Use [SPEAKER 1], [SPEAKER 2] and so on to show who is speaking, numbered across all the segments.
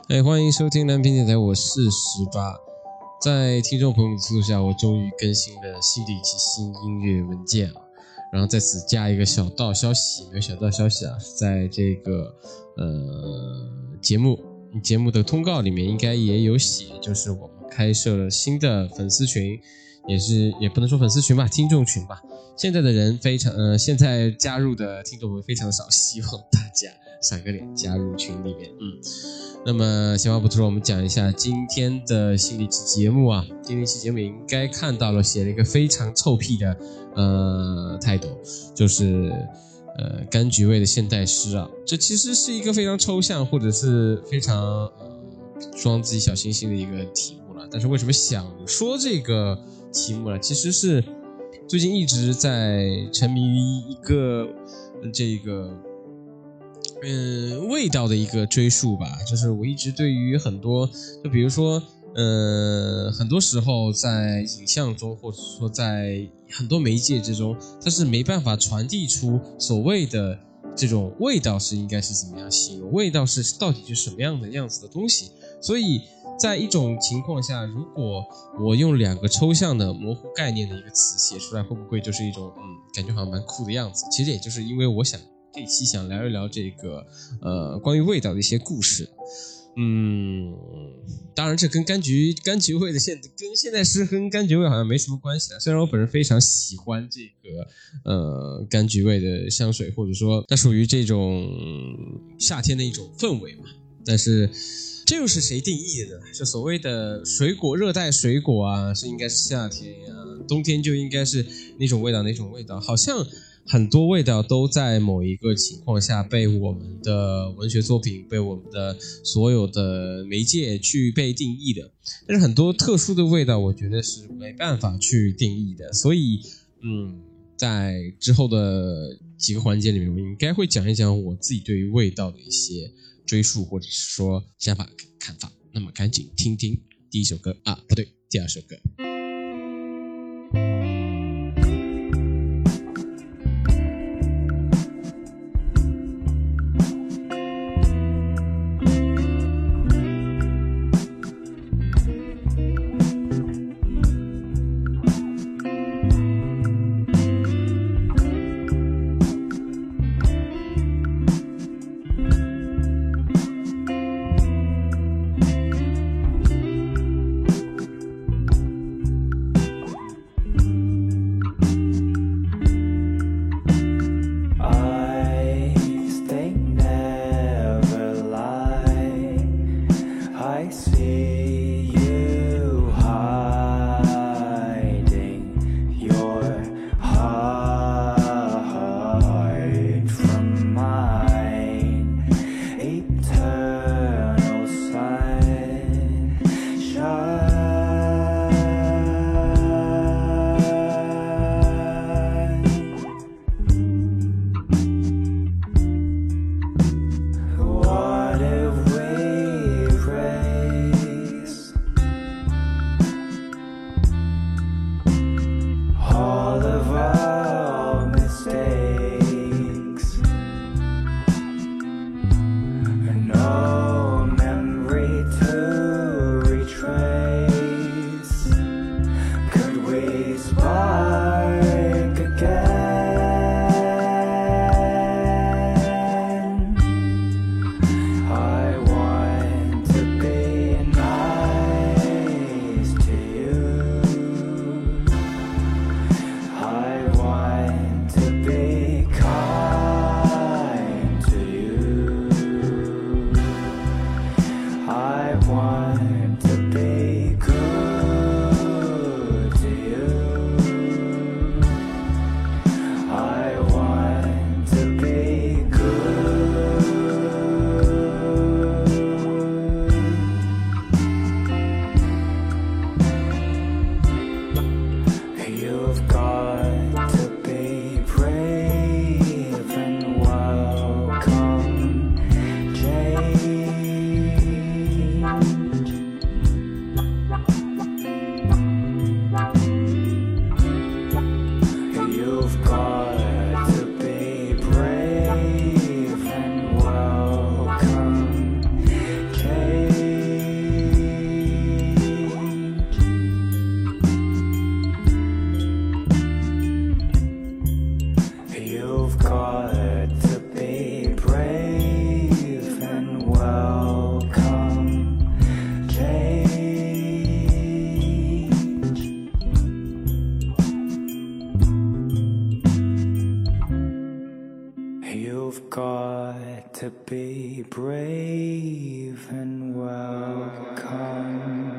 [SPEAKER 1] 欢迎收听蓝屏电台，我是18。在听众朋友的促下，我终于更新了新的一期新音乐文件啊。然后在此加一个小道消息，没有小道消息啊，在这个节目的通告里面应该也有写，就是我们开设了新的粉丝群，也不能说粉丝群吧，听众群吧。现在的人现在加入的听众们非常少，希望大家闪个脸加入群里面。那么闲话不多说，我们讲一下今天的新的一期节目啊。今天一期节目应该看到了，写了一个非常臭屁的title，就是柑橘味的现代诗啊。这其实是一个非常抽象或者是非常装自己小星星的一个题目了。但是为什么想说这个题目呢？其实是最近一直在沉迷于一个这个味道的一个追溯吧。就是我一直对于很多，就比如说很多时候在影像中，或者说在很多媒介之中，它是没办法传递出所谓的这种味道是应该是怎么样形容，味道是到底是什么样的样子的东西。所以在一种情况下，如果我用两个抽象的模糊概念的一个词写出来，会不会就是一种感觉好像蛮酷的样子。其实也就是因为我想这一期想聊一聊这个关于味道的一些故事。当然这跟柑橘味的跟现代诗跟柑橘味好像没什么关系的。虽然我本人非常喜欢这个柑橘味的香水，或者说它属于这种夏天的一种氛围嘛，但是这又是谁定义的呢？是所谓的水果，热带水果啊，是应该是夏天啊，冬天就应该是那种味道，好像很多味道都在某一个情况下被我们的文学作品，被我们的所有的媒介去被定义的。但是很多特殊的味道我觉得是没办法去定义的。所以在之后的几个环节里面，我应该会讲一讲我自己对于味道的一些追溯，或者是说想法看法。那么赶紧听听第一首歌啊，不对，第二首歌。
[SPEAKER 2] got to be brave and welcome.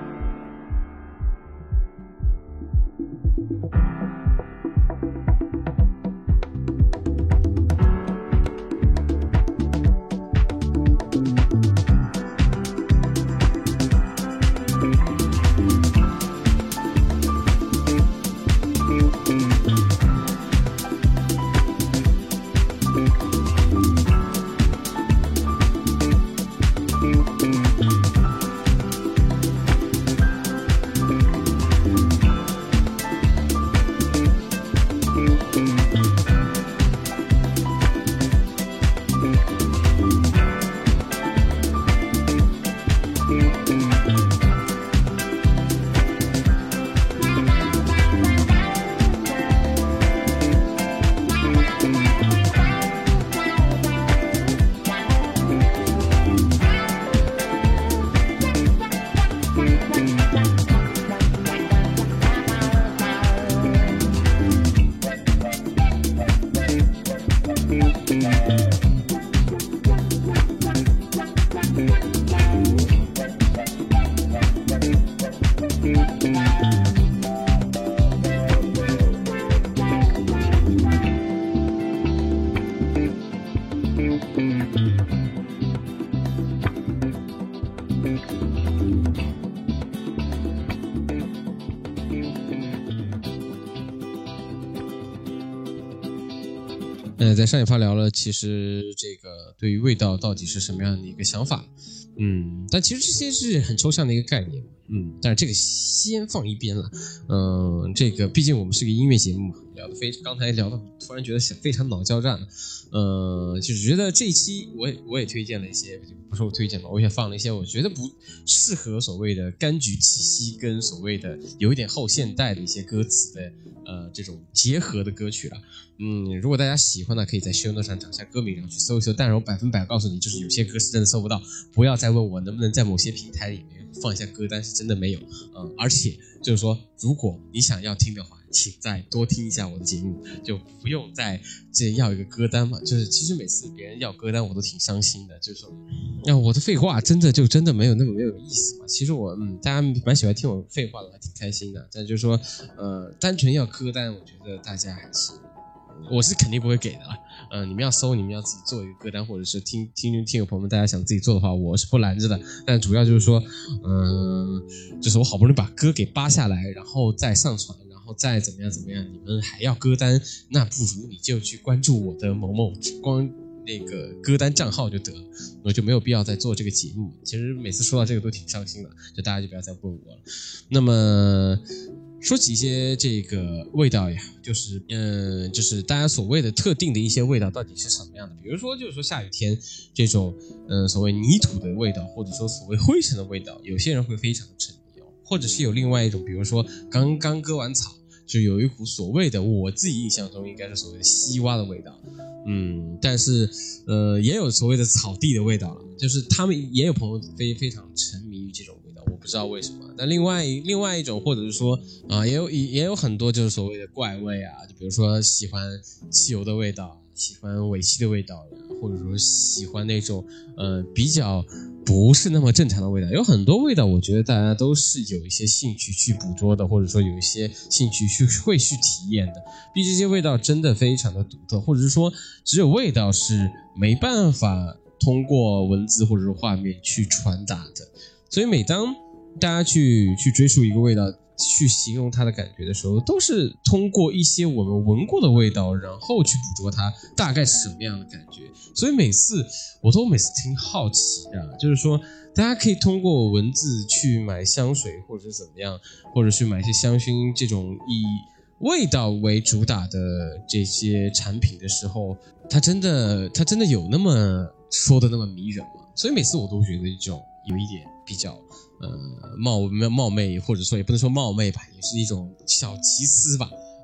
[SPEAKER 1] 在上一趴聊了，其实这个对于味道到底是什么样的一个想法，但其实这些是很抽象的一个概念，但是这个先放一边了，这个毕竟我们是个音乐节目嘛，聊的刚才聊的突然觉得非常脑交战了，就是觉得这一期我也推荐了一些，不是我推荐嘛，我也放了一些我觉得不适合所谓的柑橘气息跟所谓的有一点后现代的一些歌词的这种结合的歌曲了。如果大家喜欢的，可以在 show note 上找下歌名，然后去搜一搜。但是我100%告诉你，就是有些歌是真的搜不到，不要再问我能不能在某些平台里面放一下歌单，是真的没有。而且就是说，如果你想要听的话，请再多听一下我的节目，就不用再要一个歌单嘛。就是其实每次别人要歌单，我都挺伤心的，就是说，我的废话真的没有那么没有意思嘛。其实我大家蛮喜欢听我废话的，还挺开心的。但就是说，单纯要歌单，我觉得大家还是。我是肯定不会给的啦，你们要搜，你们要自己做一个歌单，或者是听友朋友们大家想自己做的话，我是不拦着的。但主要就是说，就是我好不容易把歌给扒下来，然后再上传，然后再怎么样，你们还要歌单，那不如你就去关注我的某光那个歌单账号就得了，我就没有必要再做这个节目。其实每次说到这个都挺伤心的，就大家就不要再问我了。那么。说起一些这个味道呀，就是大家所谓的特定的一些味道到底是什么样的？比如说，就是说下雨天这种所谓泥土的味道，或者说所谓灰尘的味道，有些人会非常的沉迷或者是有另外一种，比如说刚刚割完草，就有一股所谓的我自己印象中应该是所谓的西瓜的味道，但是也有所谓的草地的味道了，就是他们也有朋友非常沉迷于这种味道，我不知道为什么。但另外一种，或者是说也有很多就是所谓的怪味啊，就比如说喜欢汽油的味道，喜欢尾气的味道，或者说喜欢那种比较不是那么正常的味道。有很多味道我觉得大家都是有一些兴趣去捕捉的，或者说有一些兴趣会去体验的。毕竟这些味道真的非常的独特，或者是说只有味道是没办法通过文字或者是画面去传达的。所以每当大家去追溯一个味道，去形容它的感觉的时候，都是通过一些我们闻过的味道，然后去捕捉它大概是什么样的感觉。所以每次挺好奇的，就是说大家可以通过文字去买香水或者是怎么样，或者去买一些香薰这种以味道为主打的这些产品的时候，它真的有那么说的那么迷人吗？所以每次我都觉得有一点比较冒昧，或者说也不能说冒昧吧，也是一种小奇思吧。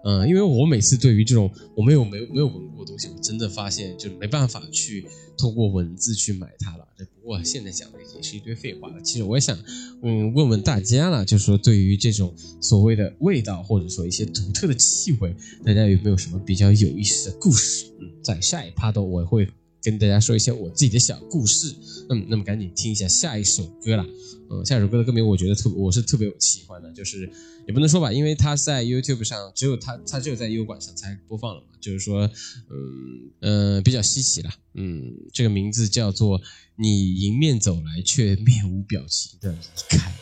[SPEAKER 1] 因为我每次对于这种我没有闻过的东西，我真的发现就没办法去通过文字去买它了。不过现在讲的已经是一堆废话了。其实我也想问问大家了，就是说对于这种所谓的味道或者说一些独特的气味，大家有没有什么比较有意思的故事？在下一趴的我会跟大家说一些我自己的小故事。那么赶紧听一下下一首歌啦。下一首歌的歌名我觉得我是特别喜欢的，就是也不能说吧，因为它在 YouTube 上只有它只有在优管上才播放了嘛，就是说比较稀奇啦。这个名字叫做你迎面走来却面无表情的离开。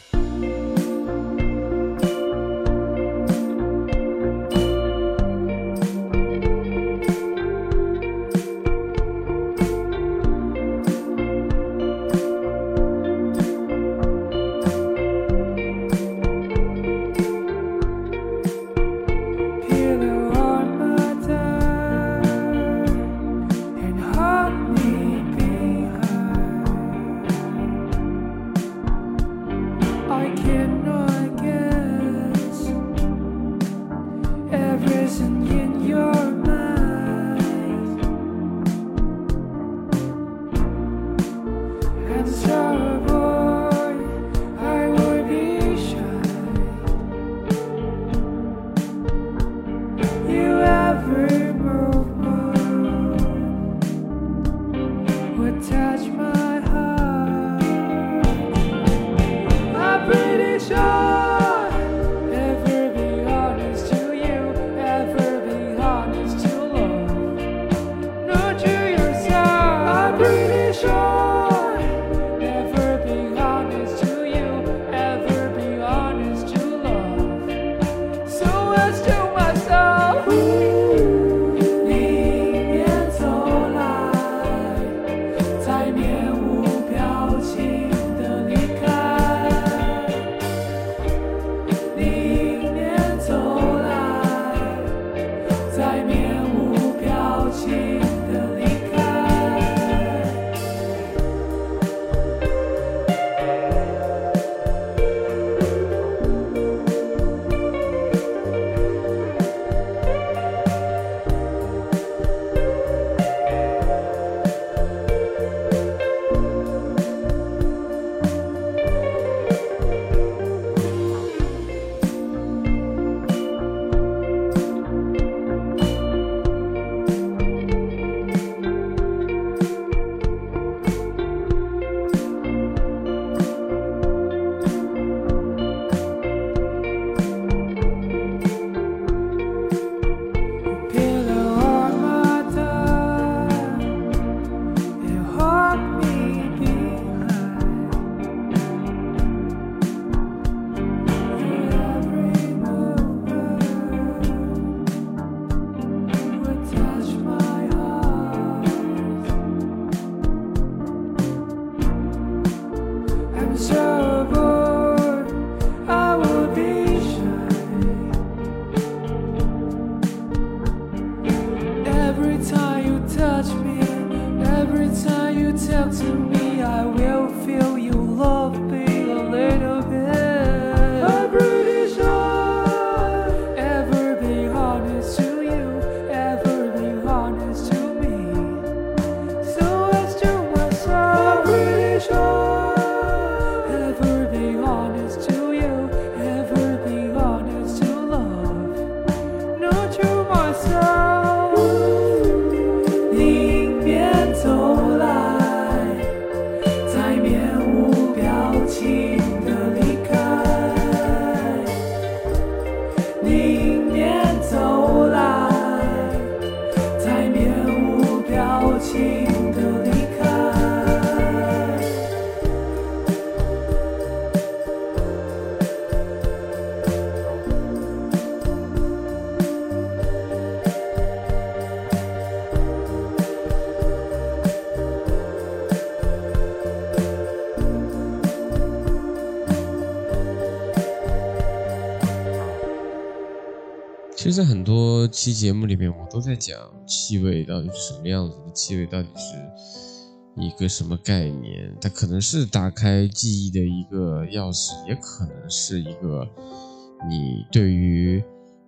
[SPEAKER 1] 其实在很多期节目里面我都在讲气味到底是什么样子的，气味到底是一个什么概念，它可能是打开记忆的一个钥匙，也可能是一个你对于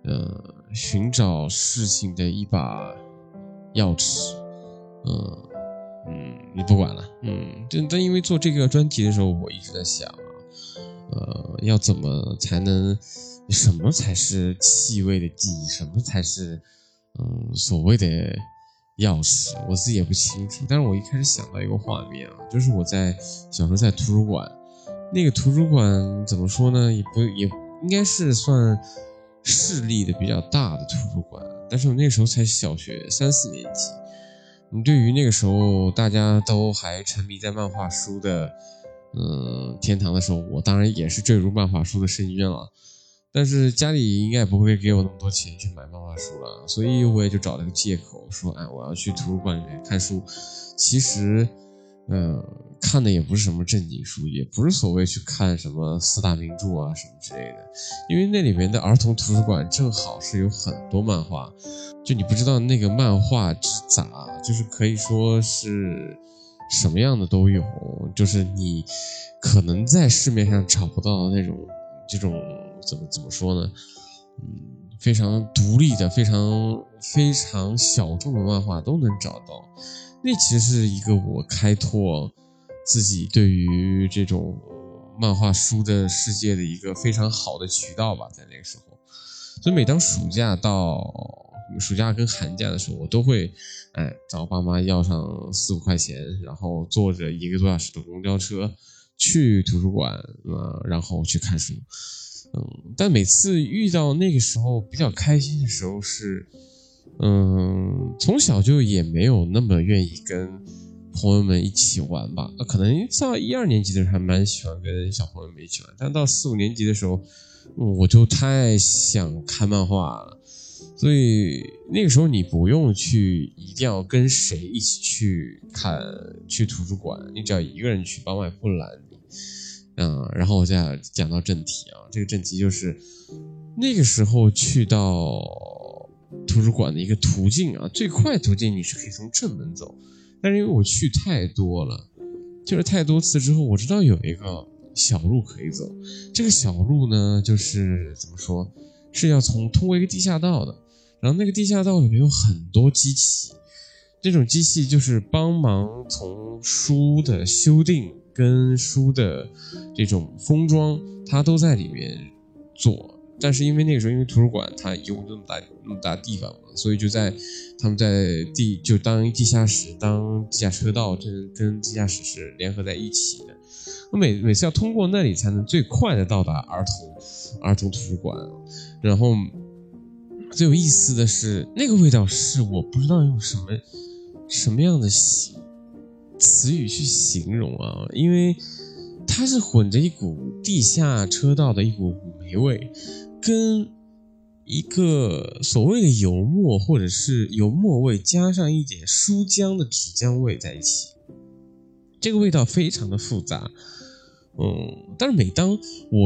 [SPEAKER 1] 寻找事情的一把钥匙。你不管了。但因为做这个专题的时候，我一直在想要怎么才能，什么才是气味的记忆，什么才是所谓的钥匙，我自己也不清楚。但是我一开始想到一个画面啊，就是我小时候在图书馆，那个图书馆怎么说呢，也应该是算市立的比较大的图书馆，但是我那时候才小学3、4年级。对于那个时候大家都还沉迷在漫画书的天堂的时候，我当然也是坠入漫画书的深渊了。但是家里应该不会给我那么多钱去买漫画书了，所以我也就找了个借口说，我要去图书馆里面看书。其实看的也不是什么正经书，也不是所谓去看什么4大名著啊什么之类的，因为那里面的儿童图书馆正好是有很多漫画，就你不知道那个漫画之杂，就是可以说是什么样的都有，就是你可能在市面上找不到的那种这种怎么说呢，非常独立的非常小众的漫画都能找到。那其实是一个我开拓自己对于这种漫画书的世界的一个非常好的渠道吧，在那个时候。所以每当暑假跟寒假的时候，我都会找我爸妈要上4、5块钱，然后坐着1个多小时的公交车去图书馆然后去看书。但每次遇到那个时候比较开心的时候是从小就也没有那么愿意跟朋友们一起玩吧，可能到1、2年级的时候还蛮喜欢跟小朋友们一起玩，但到4、5年级的时候我就太想看漫画了。所以那个时候你不用一定要跟谁一起去图书馆，你只要一个人去，爸妈也不拦你。然后我再讲到正题啊，这个正题就是那个时候去到图书馆的一个途径啊，最快途径你是可以从正门走，但是因为我去太多了，就是太多次之后，我知道有一个小路可以走。这个小路呢，就是怎么说，是要通过一个地下道的，然后那个地下道里面有很多机器，这种机器就是帮忙从书的修订跟书的这种封装，它都在里面做。但是因为那个时候，因为图书馆它有那么大地方嘛，所以他们就当地下室、当地下车道，跟地下室是联合在一起的。我每次要通过那里才能最快的到达儿童图书馆。然后最有意思的是，那个味道是我不知道用什么样的词语去形容啊，因为它是混着一股地下车道的一股霉味，跟一个所谓的油墨或者是油墨味加上一点书浆的纸浆味在一起，这个味道非常的复杂。但是每当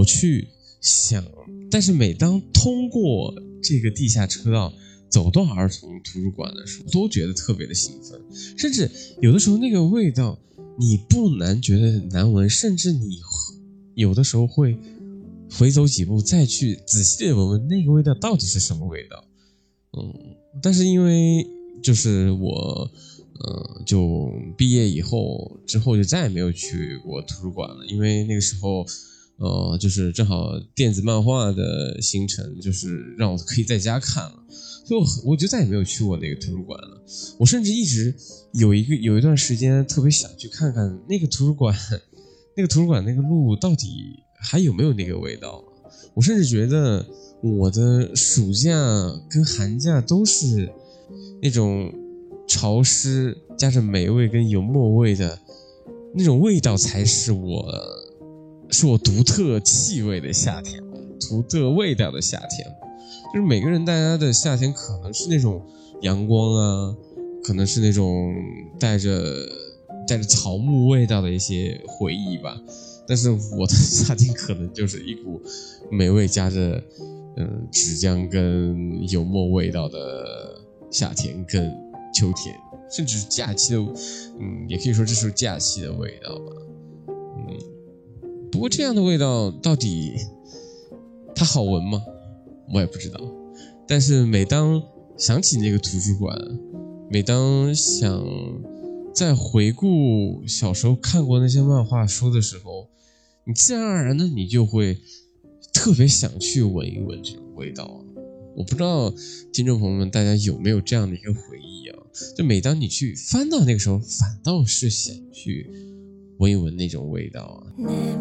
[SPEAKER 1] 每当通过这个地下车道走到儿童图书馆的时候，都觉得特别的兴奋，甚至有的时候那个味道你不难觉得很难闻，甚至你有的时候会回走几步再去仔细的闻闻那个味道到底是什么味道。但是因为就是我就毕业之后就再也没有去过图书馆了，因为那个时候就是正好电子漫画的形成，就是让我可以在家看了，所以我就再也没有去过那个图书馆了。我甚至一直有一段时间特别想去看看那个图书馆那个路到底还有没有那个味道。我甚至觉得我的暑假跟寒假都是那种潮湿加上霉味跟油墨味的那种味道，才是我独特气味的夏天，独特味道的夏天。就是每个人大家的夏天可能是那种阳光啊，可能是那种带着草木味道的一些回忆吧，但是我的夏天可能就是一股霉味加着纸浆跟油墨味道的夏天跟秋天，甚至是假期的也可以说这是假期的味道吧。不过这样的味道到底它好闻吗？我也不知道。 但是每当想起那个图书馆，每当想在回顾小时候看过那些漫画书的时候，你自然而然的你就会特别想去闻一闻这种味道啊。我不知道听众朋友们大家有没有这样的一个回忆啊，就每当你去翻到那个时候，反倒是想去闻一闻那种味道啊。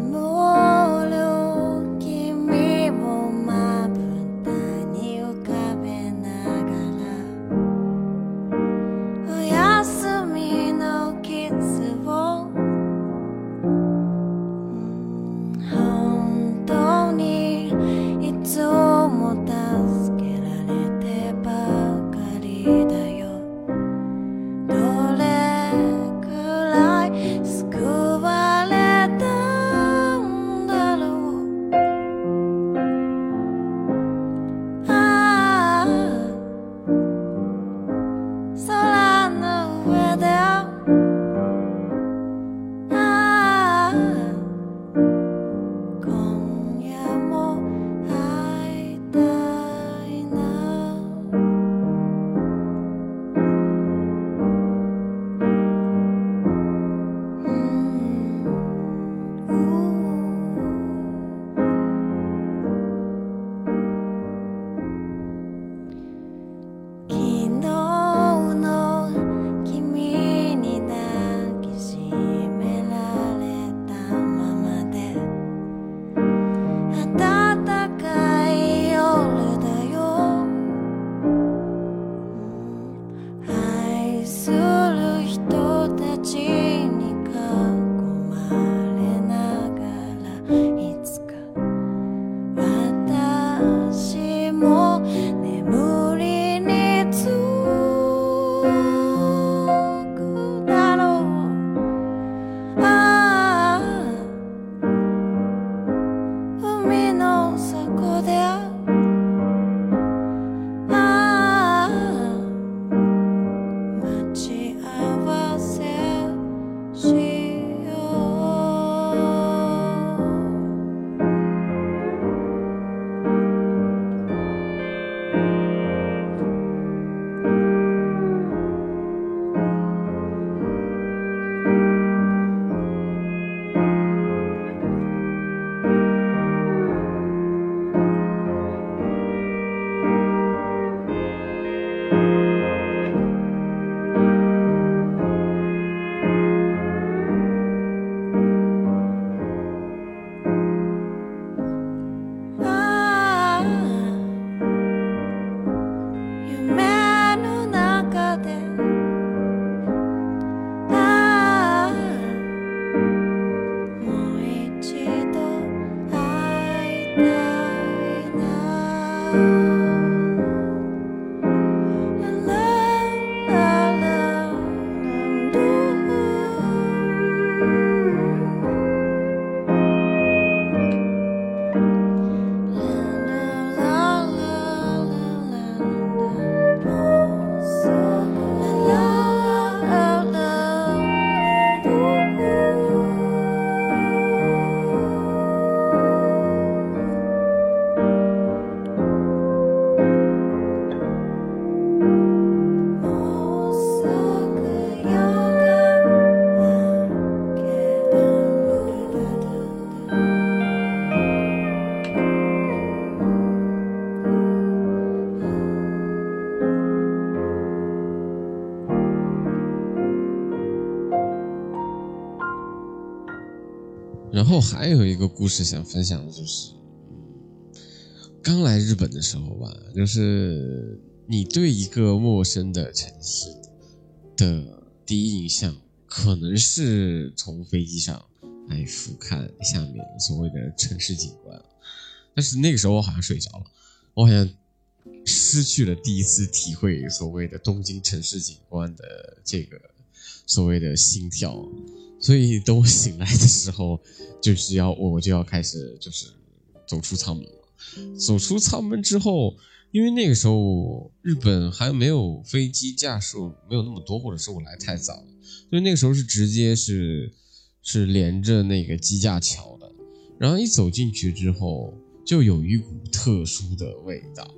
[SPEAKER 1] 然后还有一个故事想分享的就是，刚来日本的时候吧，就是你对一个陌生的城市的第一印象，可能是从飞机上来俯瞰下面所谓的城市景观，但是那个时候我好像睡着了，我好像失去了第一次体会所谓的东京城市景观的这个所谓的心跳。所以等我醒来的时候，我就要开始就是走出舱门了。走出舱门之后，因为那个时候日本还没有飞机架数没有那么多，或者是我来太早了，所以那个时候是直接是连着那个机架桥的。然后一走进去之后，就有一股特殊的味道，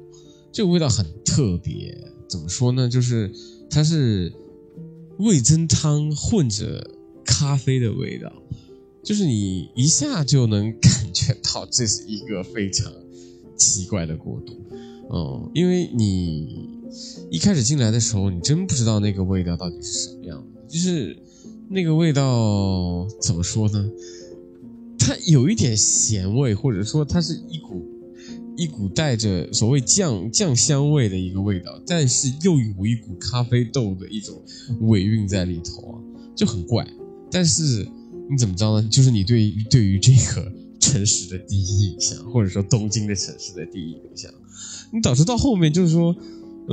[SPEAKER 1] 这个味道很特别，怎么说呢？就是它是味噌汤混着咖啡的味道，就是你一下就能感觉到这是一个非常奇怪的过渡。因为你一开始进来的时候，你真不知道那个味道到底是什么样的，就是那个味道怎么说呢？它有一点咸味，或者说它是一股带着所谓酱香味的一个味道，但是又有一股咖啡豆的一种尾韵在里头啊，就很怪。但是你怎么着呢？就是你对于这个城市的第一印象，或者说东京的城市的第一印象，你导致到后面就是说，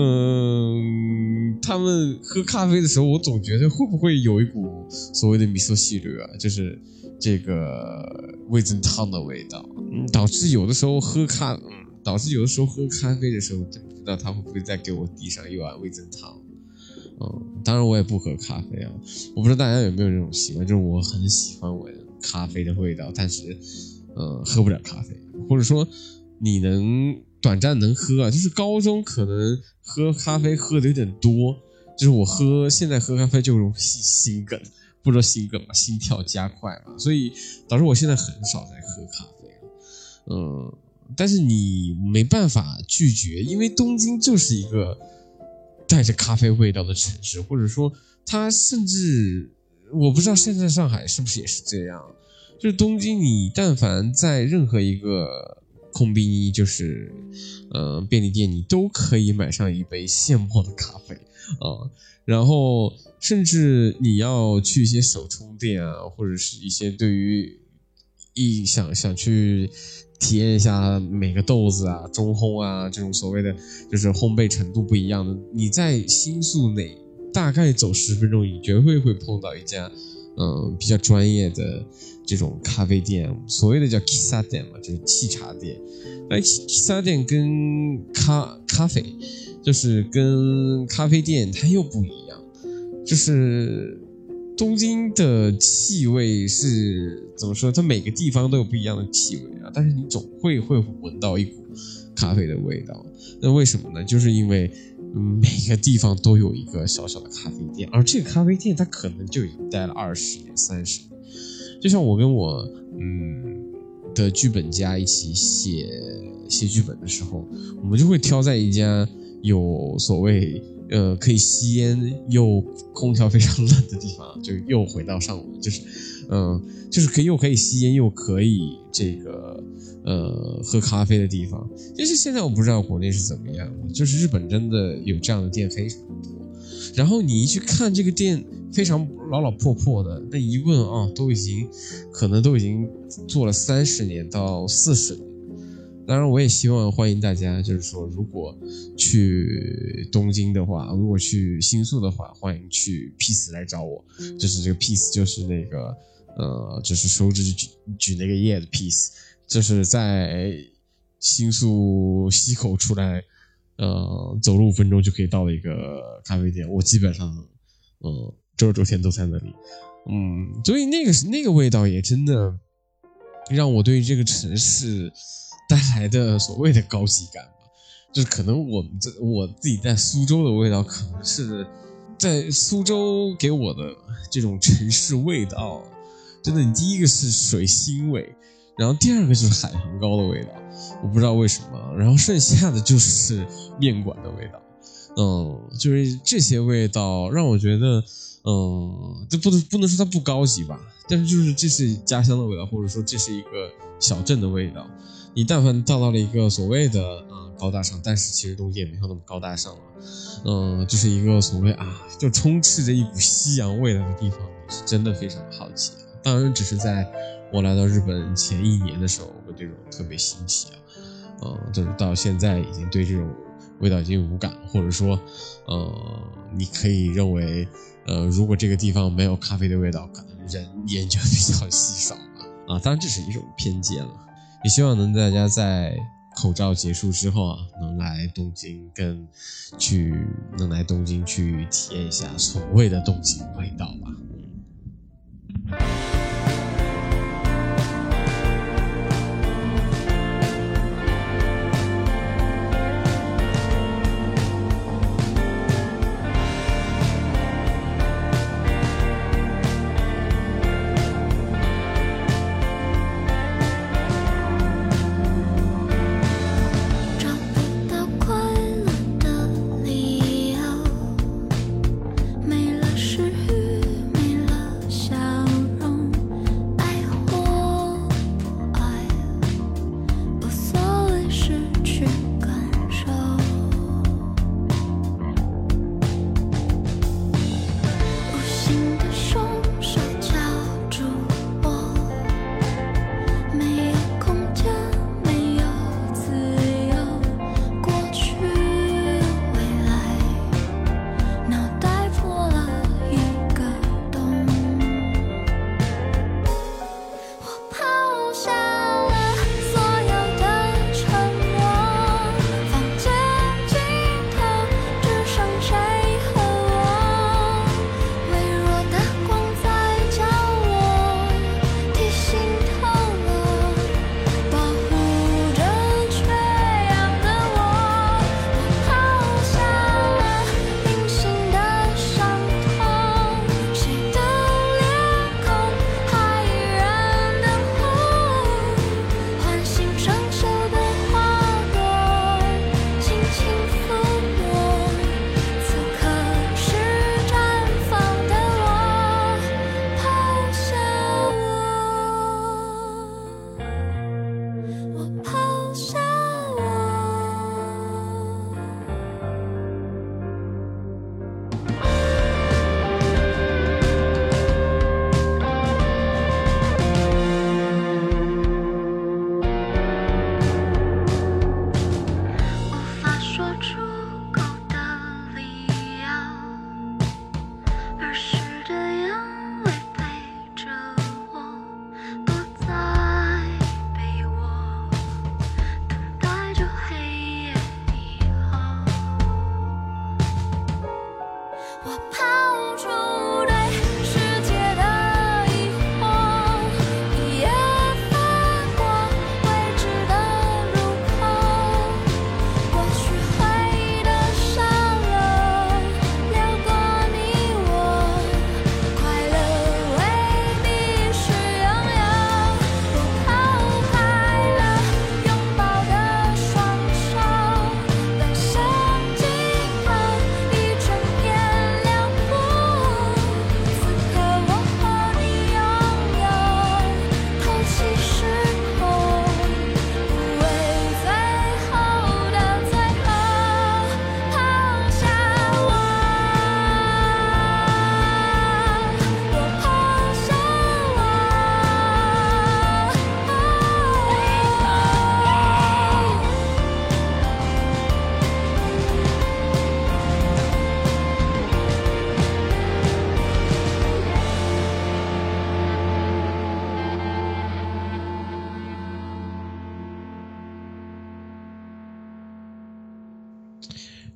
[SPEAKER 1] 他们喝咖啡的时候，我总觉得会不会有一股所谓的米索西鲁啊，就是这个味噌汤的味道，导致有的时候喝咖啡的时候，真不知道他会不会再给我递上一碗味噌汤。当然我也不喝咖啡啊，我不知道大家有没有这种习惯，就是我很喜欢闻咖啡的味道，但是喝不了咖啡，或者说你能短暂能喝啊，就是高中可能喝咖啡喝的有点多，就是我现在喝咖啡就容易心梗，不知道心梗吧，心跳加快嘛，所以导致我现在很少在喝咖啡了。但是你没办法拒绝，因为东京就是一个带着咖啡味道的城市，或者说它甚至我不知道现在上海是不是也是这样，就是东京你但凡在任何一个空宾尼，就是便利店，你都可以买上一杯现磨的咖啡啊，然后甚至你要去一些手冲店啊，或者是一些对于想去体验一下每个豆子啊、中烘啊这种所谓的就是烘焙程度不一样的，你在新宿内大概走10分钟，你绝对会碰到一家比较专业的这种咖啡店，所谓的叫 Kissa 店嘛，就是沏茶店。那 Kissa 店跟咖啡就是跟咖啡店它又不一样，就是东京的气味是怎么说？它每个地方都有不一样的气味啊，但是你总会闻到一股咖啡的味道。那为什么呢？就是因为每个地方都有一个小小的咖啡店，而这个咖啡店它可能就已经待了20年、30年。就像我跟我的剧本家一起写剧本的时候，我们就会挑在一家有所谓可以吸烟又空调非常冷的地方，就又回到上午，就是又可以吸烟又可以这个喝咖啡的地方。就是现在我不知道国内是怎么样的，就是日本真的有这样的店非常多。然后你一去看这个店非常老破的，那一问啊，可能都已经做了30年到40年。当然我也希望欢迎大家，就是说如果去东京的话，如果去新宿的话，欢迎去 Peace 来找我，就是这个 Peace 就是那个就是手指举那个叶的 Peace， 就是在新宿西口出来走路5分钟就可以到的一个咖啡店，我基本上周天都在那里。所以那个味道也真的让我对这个城市带来的所谓的高级感吧，就是可能我自己在苏州的味道，可能是在苏州给我的这种城市味道，真的第一个是水腥味，然后第二个就是海棠糕的味道，我不知道为什么，然后剩下的就是面馆的味道。就是这些味道让我觉得这不能说它不高级吧，但是就是这是家乡的味道，或者说这是一个小镇的味道。你但凡到了一个所谓的高大上，但是其实东西也没有那么高大上了，就是一个所谓就充斥着一股西洋味道的地方，是真的非常好奇。当然只是在我来到日本前1年的时候会这种特别新奇就是到现在已经对这种味道已经无感，或者说你可以认为如果这个地方没有咖啡的味道，可能人烟就比较稀少吧。当然这是一种偏见了，也希望大家在口罩结束之后能来东京去体验一下所谓的东京味道吧。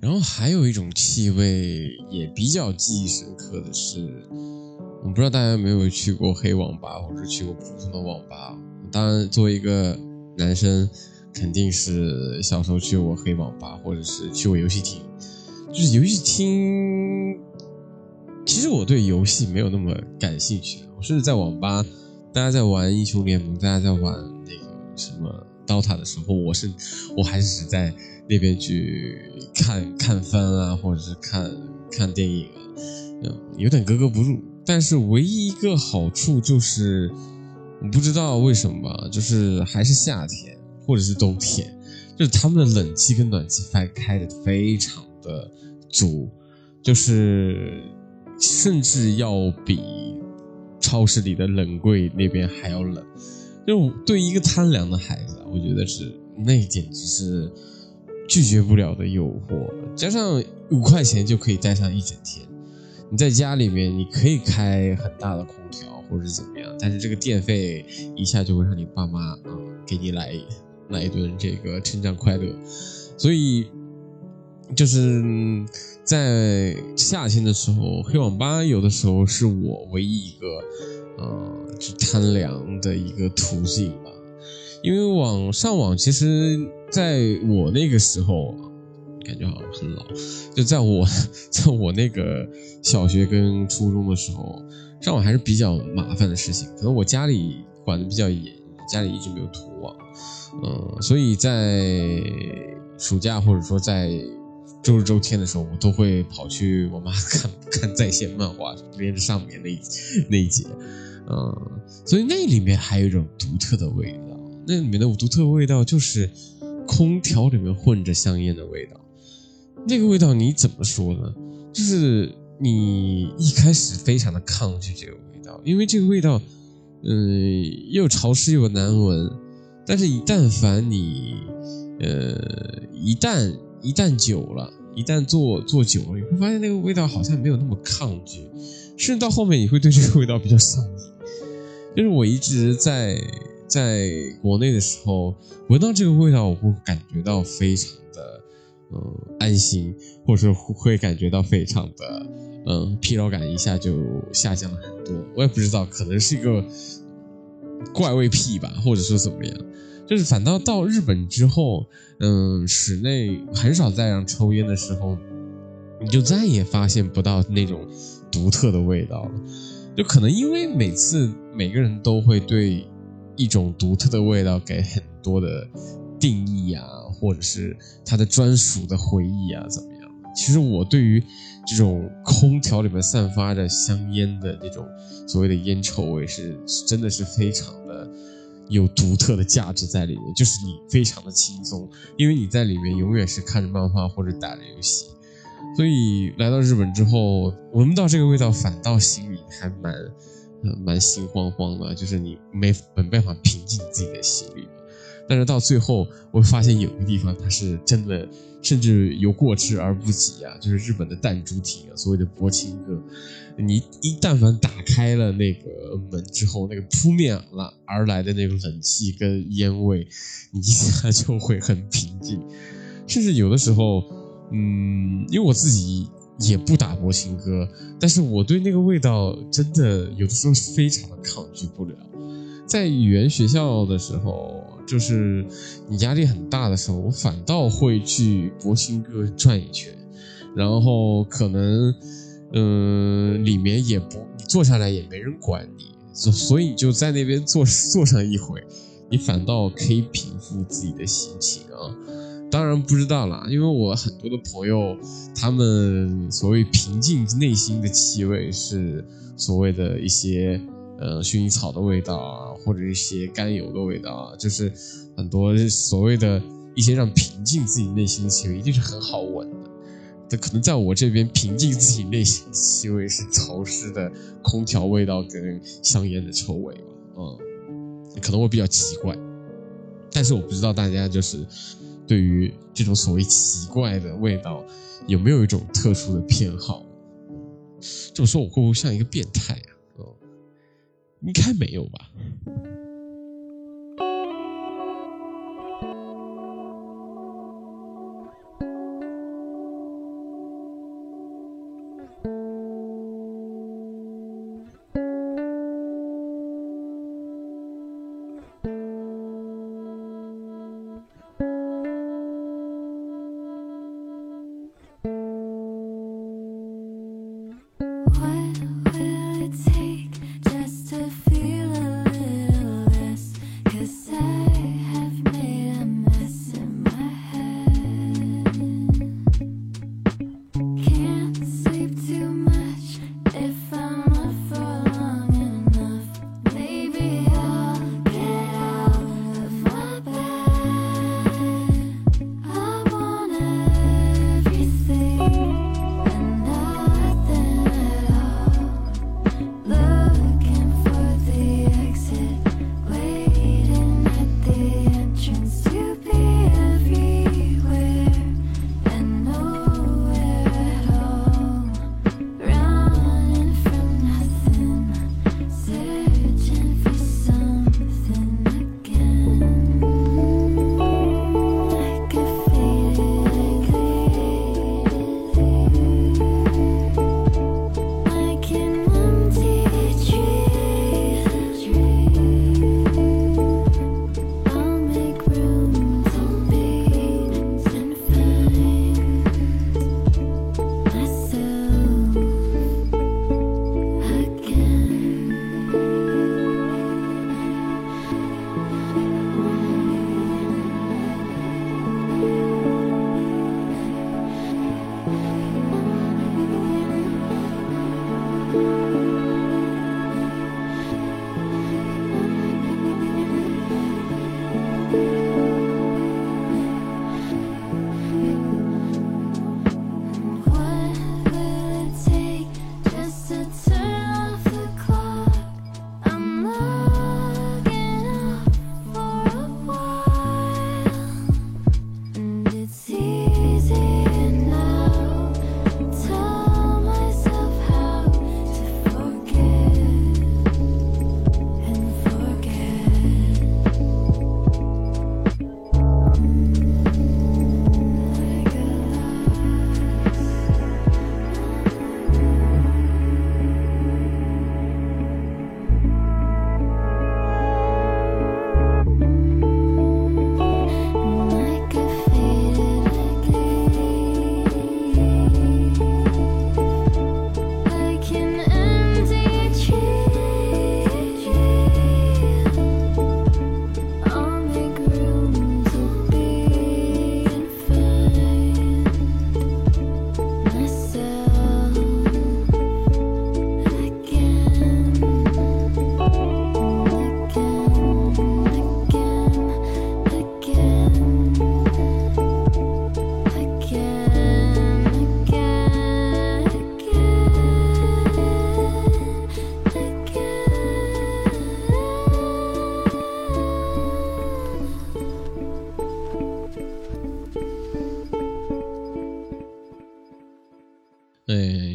[SPEAKER 1] 然后还有一种气味也比较记忆深刻的是，我不知道大家有没有去过黑网吧，或者去过普通的网吧。当然作为一个男生肯定是小时候去过黑网吧，或者是去过游戏厅。就是游戏厅，其实我对游戏没有那么感兴趣，我甚至在网吧大家在玩英雄联盟，大家在玩那个什么 DOTA 的时候，我还是在那边去看番啊，或者是看电影啊，有点格格不入。但是唯一一个好处就是，我不知道为什么吧，就是还是夏天或者是冬天，就是他们的冷气跟暖气开的非常的足，就是甚至要比超市里的冷柜那边还要冷。就对一个贪凉的孩子，我觉得是那简直是拒绝不了的诱惑。加上5块钱就可以待上一整天，你在家里面你可以开很大的空调或者是怎么样，但是这个电费一下就会让你爸妈给你来一顿这个成长快乐。所以就是在夏天的时候，黑网吧有的时候是我唯一一个去贪凉的一个途径吧。因为上网其实在我那个时候感觉好像很老，就在我那个小学跟初中的时候，上网还是比较麻烦的事情，可能我家里管得比较严，家里一直没有图网，所以在暑假或者说在周日周天的时候，我都会跑去我妈看在线漫画，连着上面那一节，所以那里面还有一种独特的味道，那里面的独特的味道就是空调里面混着香烟的味道。那个味道你怎么说呢？就是你一开始非常的抗拒这个味道，因为这个味道，又潮湿又难闻。但是，一旦你，一旦久了，一旦做久了，你会发现那个味道好像没有那么抗拒，甚至到后面你会对这个味道比较上瘾。就是我一直在国内的时候，闻到这个味道，我会感觉到非常的安心，或者说会感觉到非常的疲劳感一下就下降了很多。我也不知道，可能是一个怪味癖吧，或者说怎么样。就是反倒到日本之后，室内很少再让抽烟的时候，你就再也发现不到那种独特的味道了。就可能因为每个人都会对一种独特的味道给很多的定义啊，或者是它的专属的回忆啊，怎么样？其实我对于这种空调里面散发着香烟的那种所谓的烟臭味是真的是非常的有独特的价值在里面，就是你非常的轻松，因为你在里面永远是看着漫画或者打着游戏。所以来到日本之后，闻到这个味道，反倒心里还蛮心慌慌的，就是你没办法平静自己的心里。但是到最后，我发现有个地方它是真的，甚至有过之而不及啊，就是日本的弹珠町啊，所谓的柏青哥。你但凡打开了那个门之后，那个扑面而来的那种冷气跟烟味，你一下就会很平静。甚至有的时候，因为我自己也不打柏青哥，但是我对那个味道真的有的时候非常的抗拒不了。在语言学校的时候，就是你压力很大的时候，我反倒会去柏青哥转一圈，然后可能里面你坐下来也没人管你，所以你就在那边坐上一会，你反倒可以平复自己的心情啊。当然不知道啦，因为我很多的朋友，他们所谓平静内心的气味是所谓的一些薰衣草的味道啊，或者一些甘油的味道啊，就是很多所谓的一些让平静自己内心的气味，一定是很好闻的。但可能在我这边，平静自己内心的气味是潮湿的空调味道跟香烟的臭味吧，可能我比较奇怪，但是我不知道大家就是对于这种所谓奇怪的味道有没有一种特殊的偏好。这么说我会不会像一个变态啊？应该没有吧。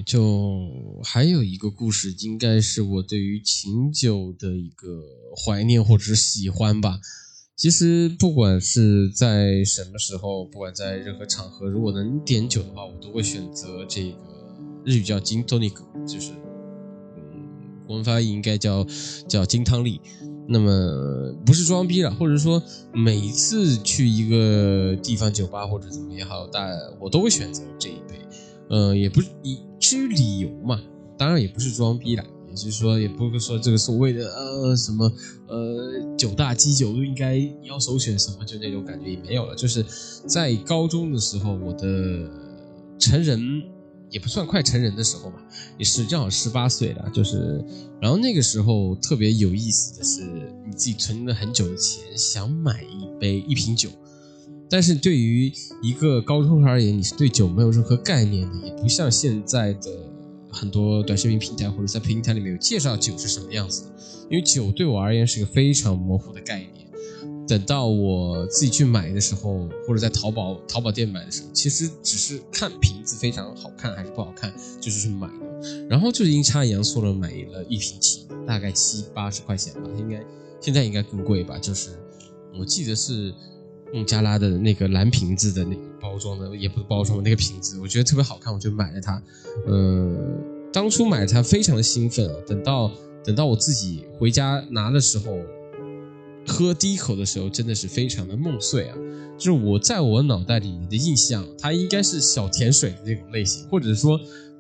[SPEAKER 1] 就还有一个故事，应该是我对于琴酒的一个怀念或者是喜欢吧。其实不管是在什么时候，不管在任何场合，如果能点酒的话，我都会选择这个日语叫金tonic，就是国文发音应该叫金汤力。那么不是装逼了，或者说每一次去一个地方酒吧或者怎么也好，我都会选择这一杯。也不是至于理由嘛，当然也不是装逼啦，也就是说也不是说这个所谓的什么九大基酒应该要首选什么，就那种感觉也没有了。就是在高中的时候，我的成人也不算快成人的时候嘛，也是正好18岁了，就是然后那个时候特别有意思的是，你自己存了很久的钱，想买一瓶酒。但是对于一个高中生而言，你是对酒没有任何概念的，也不像现在的很多短视频平台或者在平台里面有介绍酒是什么样子的，因为酒对我而言是一个非常模糊的概念。等到我自己去买的时候，或者在淘宝店买的时候，其实只是看瓶子非常好看还是不好看，就是去买的。然后就是阴差阳错的买了一瓶琴，大概70-80块钱吧，现在应该更贵吧，就是我记得是孟加拉的那个蓝瓶子的那个包装的，也不是包装的那个瓶子，我觉得特别好看，我就买了它。当初买了它非常的兴奋，等到我自己回家拿的时候，喝第一口的时候真的是非常的梦碎啊！就是我在我脑袋里的印象，它应该是小甜水的那种类型，或者说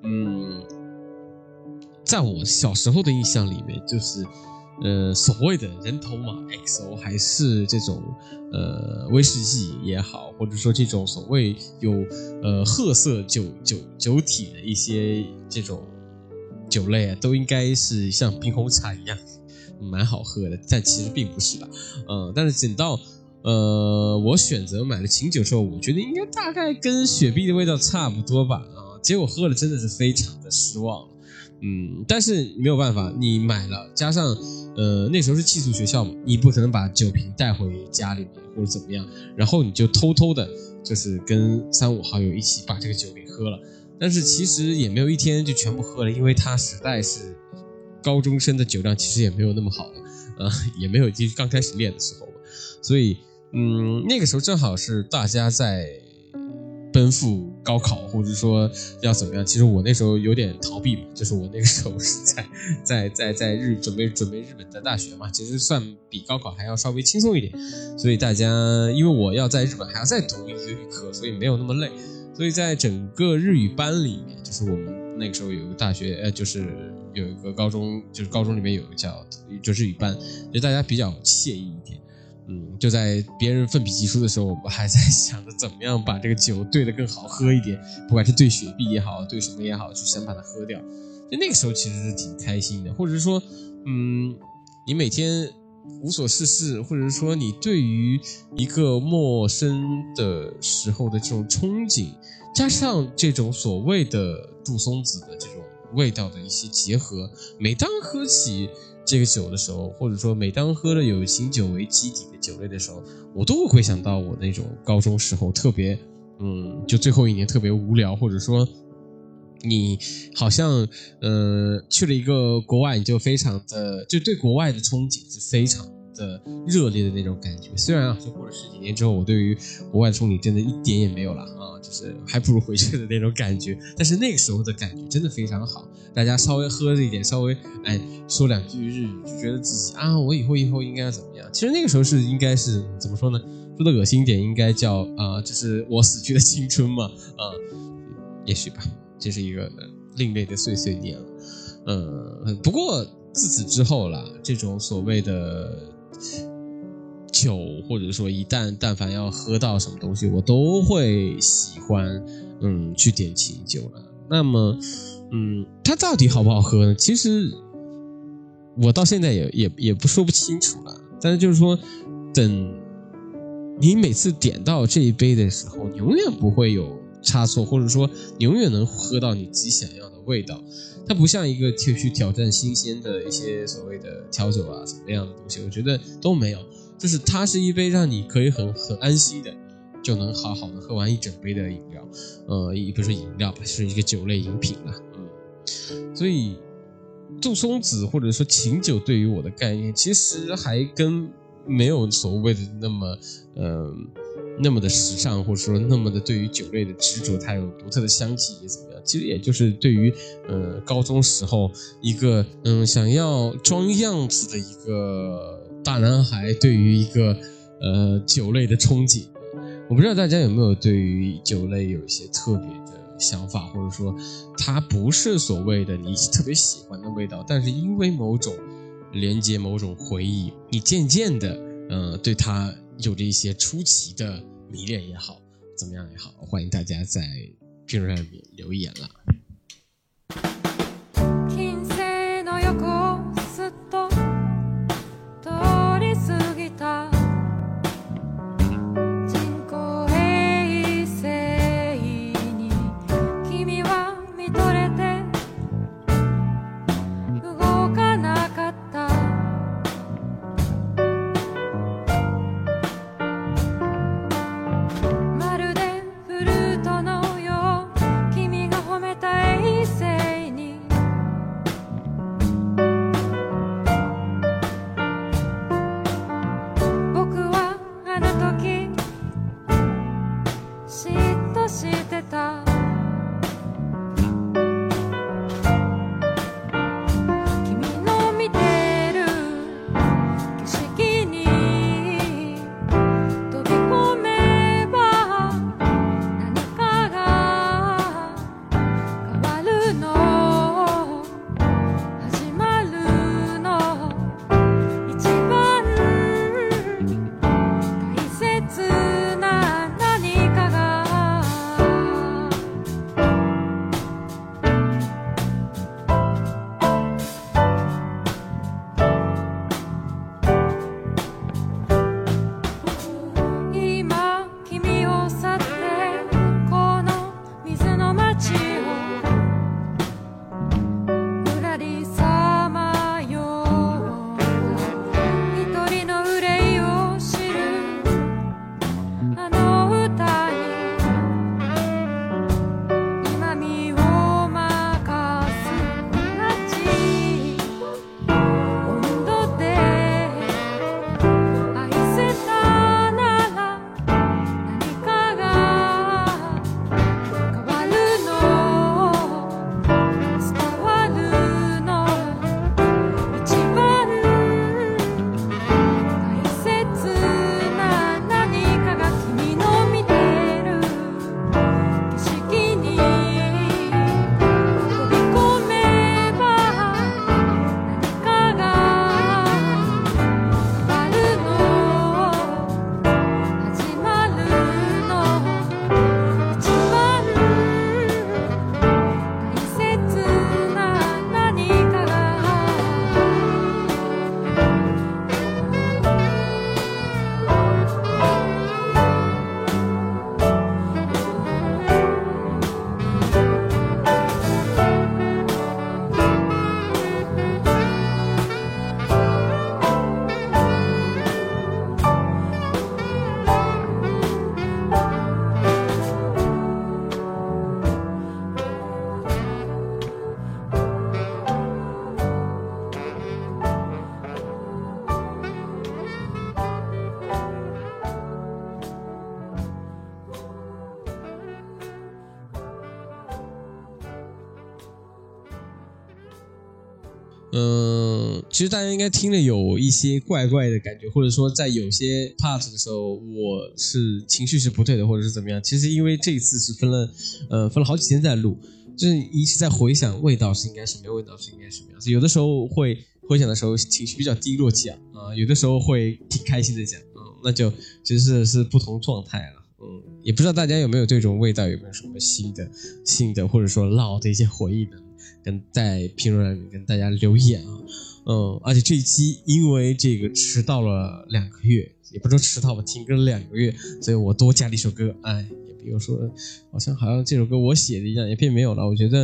[SPEAKER 1] 在我小时候的印象里面，就是所谓的人头马 XO 还是这种威士忌也好，或者说这种所谓有褐色酒体的一些这种酒类啊，都应该是像冰红茶一样蛮好喝的，但其实并不是吧。但是等到我选择买了琴酒之后，我觉得应该大概跟雪碧的味道差不多吧。结果喝了真的是非常的失望。但是没有办法，你买了，加上那时候是寄宿学校嘛，你不可能把酒瓶带回家里面或者怎么样，然后你就偷偷的，就是跟3-5好友一起把这个酒给喝了。但是其实也没有一天就全部喝了，因为它实在是高中生的酒量其实也没有那么好了，也没有就刚开始练的时候嘛，所以那个时候正好是大家在奔赴高考，或者说要怎么样。其实我那时候有点逃避嘛，就是我那个时候是在准备日本的大学嘛，其实算比高考还要稍微轻松一点。所以大家因为我要在日本还要再读一个预科，所以没有那么累。所以在整个日语班里面，就是我们那个时候有一个大学，就是有一个高中，就是高中里面有一个就日语班，就大家比较惬意一点。就在别人奋笔疾书的时候，我们还在想着怎么样把这个酒兑得更好喝一点，不管是兑雪碧也好，兑什么也好，去想把它喝掉。就那个时候其实是挺开心的，或者说，你每天无所事事，或者说你对于一个陌生的时候的这种憧憬，加上这种所谓的杜松子的这种味道的一些结合，每当喝起这个酒的时候，或者说每当喝了有琴酒为基底的酒类的时候，我都会回想到我那种高中时候特别就最后一年特别无聊，或者说你好像去了一个国外，你就非常的就对国外的憧憬是非常的热烈的那种感觉。虽然就过了10几年之后，我对于国外的憧憬真的一点也没有了啊，就是还不如回去的那种感觉。但是那个时候的感觉真的非常好，大家稍微喝了一点，稍微说2句日语，就觉得自己我以后应该要怎么样。其实那个时候应该是怎么说呢？说的恶心点，应该叫就是我死去的青春嘛也许吧。这是一个另类的碎念了。不过自此之后啦，这种所谓的酒，或者说但凡要喝到什么东西，我都会喜欢去点琴酒了。那么它到底好不好喝呢？其实我到现在也不说不清楚了。但是就是说，等你每次点到这一杯的时候，你永远不会有差错，或者说你永远能喝到你自己想要的味道。它不像一个去挑战新鲜的一些所谓的调酒什么样的东西，我觉得都没有。就是它是一杯让你可以很安心的就能好好的喝完一整杯的饮料，也不是饮料吧，是一个酒类饮品啦。 所以杜松子或者说琴酒对于我的概念，其实还跟没有所谓的那么的时尚，或者说那么的对于酒类的执着，它有独特的香气也怎么样？其实也就是对于高中时候一个想要装样子的一个大男孩对于一个酒类的憧憬。我不知道大家有没有对于酒类有一些特别的想法，或者说它不是所谓的你特别喜欢的味道，但是因为某种连接某种回忆，你渐渐的对它有着一些出奇的迷恋也好，怎么样也好，欢迎大家在评论上面留言啦。其实大家应该听了有一些怪怪的感觉，或者说在有些 part 的时候，我是情绪是不对的，或者是怎么样。其实因为这一次是分了好几天在录，就是一直在回想味道是应该什么样，味道是应该什么样。有的时候会回想的时候情绪比较低落讲有的时候会挺开心的讲那就其实是不同状态了。也不知道大家有没有对这种味道有没有什么新的或者说老的一些回忆呢？跟在评论里面跟大家留言而且这一期因为这个迟到了2个月，也不说迟到吧，停更了2个月，所以我多加了一首歌。也比如说好像这首歌我写的一样，也并没有了。我觉得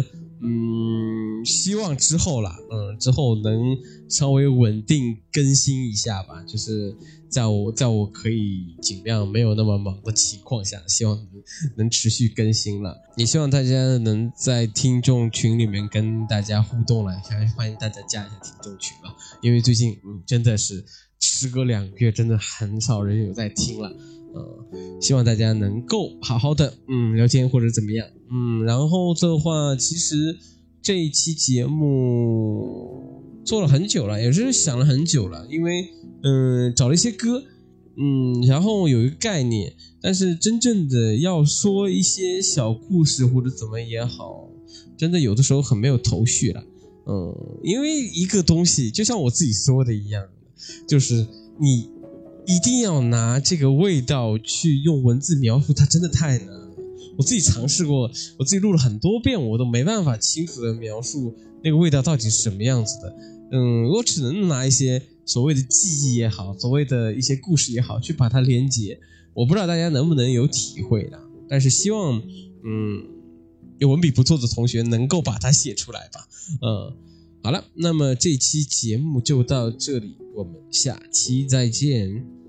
[SPEAKER 1] 希望之后能稍微稳定更新一下吧，就是在我可以尽量没有那么忙的情况下，希望能持续更新了。也希望大家能在听众群里面跟大家互动了，欢迎大家加一下听众群啊，因为最近真的是时隔2个月，真的很少人有在听了。希望大家能够好好的聊天或者怎么样。然后的话，其实这一期节目做了很久了，也是想了很久了，因为找了一些歌，然后有一个概念，但是真正的要说一些小故事或者怎么也好，真的有的时候很没有头绪了。因为一个东西就像我自己说的一样，就是你一定要拿这个味道去用文字描述，它真的太难了。我自己尝试过，我自己录了很多遍，我都没办法清楚的描述那个味道到底是什么样子的。我只能拿一些所谓的记忆也好，所谓的一些故事也好，去把它连接。我不知道大家能不能有体会啦，但是希望有文笔不错的同学能够把它写出来吧。好了，那么这期节目就到这里，我们下期再见。